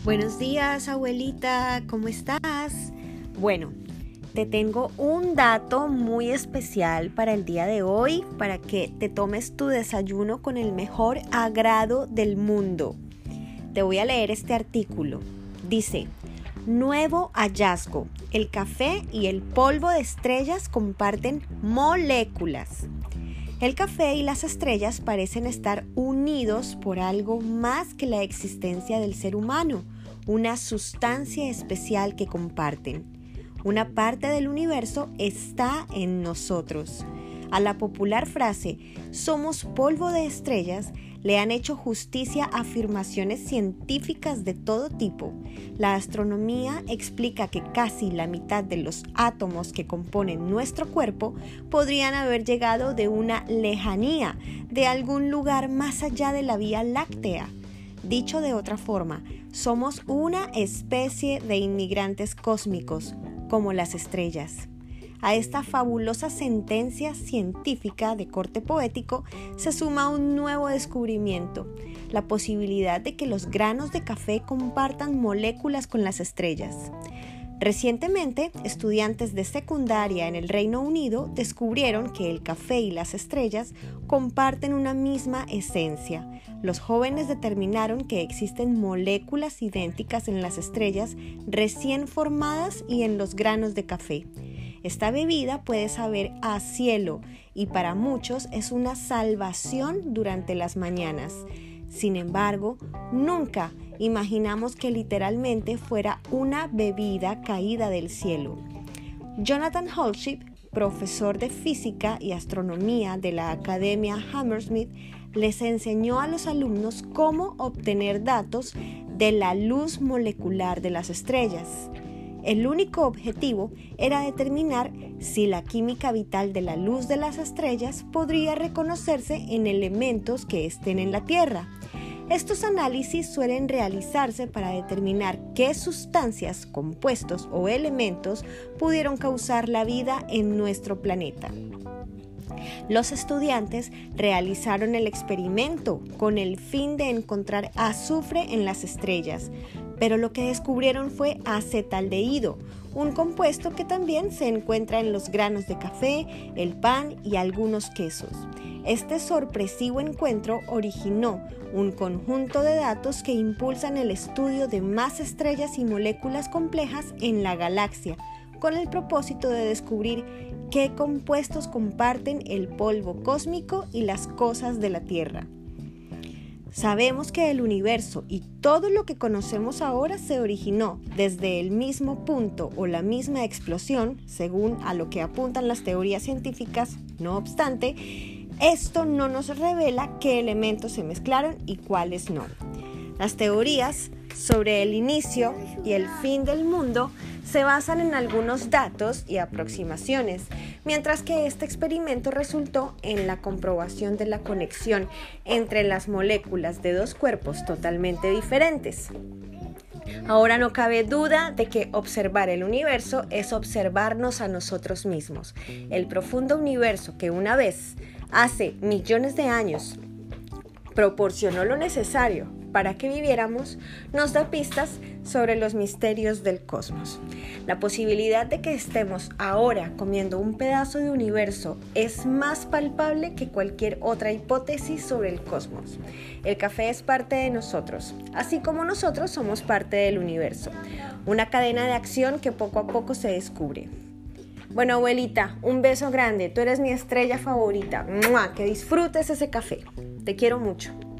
Buenos días, abuelita, ¿cómo estás? Bueno, te tengo un dato muy especial para el día de hoy, para que te tomes tu desayuno con el mejor agrado del mundo. Te voy a leer este artículo. Dice: nuevo hallazgo, el café y el polvo de estrellas comparten moléculas. El café y las estrellas parecen estar unidos por algo más que la existencia del ser humano, una sustancia especial que comparten. Una parte del universo está en nosotros. A la popular frase "somos polvo de estrellas" le han hecho justicia afirmaciones científicas de todo tipo. La astronomía explica que casi la mitad de los átomos que componen nuestro cuerpo podrían haber llegado de una lejanía, de algún lugar más allá de la Vía Láctea. Dicho de otra forma, somos una especie de inmigrantes cósmicos, como las estrellas. A esta fabulosa sentencia científica de corte poético se suma un nuevo descubrimiento: la posibilidad de que los granos de café compartan moléculas con las estrellas. Recientemente, estudiantes de secundaria en el Reino Unido descubrieron que el café y las estrellas comparten una misma esencia. Los jóvenes determinaron que existen moléculas idénticas en las estrellas recién formadas y en los granos de café. Esta bebida puede saber a cielo y para muchos es una salvación durante las mañanas. Sin embargo, nunca imaginamos que literalmente fuera una bebida caída del cielo. Jonathan Holship, profesor de física y astronomía de la Academia Hammersmith, les enseñó a los alumnos cómo obtener datos de la luz molecular de las estrellas. El único objetivo era determinar si la química vital de la luz de las estrellas podría reconocerse en elementos que estén en la Tierra. Estos análisis suelen realizarse para determinar qué sustancias, compuestos o elementos pudieron causar la vida en nuestro planeta. Los estudiantes realizaron el experimento con el fin de encontrar azufre en las estrellas, pero lo que descubrieron fue acetaldehído, un compuesto que también se encuentra en los granos de café, el pan y algunos quesos. Este sorpresivo encuentro originó un conjunto de datos que impulsan el estudio de más estrellas y moléculas complejas en la galaxia, con el propósito de descubrir qué compuestos comparten el polvo cósmico y las cosas de la Tierra. Sabemos que el universo y todo lo que conocemos ahora se originó desde el mismo punto o la misma explosión, según a lo que apuntan las teorías científicas. No obstante, esto no nos revela qué elementos se mezclaron y cuáles no. Las teorías sobre el inicio y el fin del mundo se basan en algunos datos y aproximaciones, mientras que este experimento resultó en la comprobación de la conexión entre las moléculas de dos cuerpos totalmente diferentes. Ahora no cabe duda de que observar el universo es observarnos a nosotros mismos. El profundo universo que una vez, hace millones de años, proporcionó lo necesario para que viviéramos, nos da pistas sobre los misterios del cosmos. La posibilidad de que estemos ahora comiendo un pedazo de universo es más palpable que cualquier otra hipótesis sobre el cosmos. El café es parte de nosotros, así como nosotros somos parte del universo. Una cadena de acción que poco a poco se descubre. Bueno, abuelita, un beso grande. Tú eres mi estrella favorita. ¡Mua! Que disfrutes ese café. Te quiero mucho.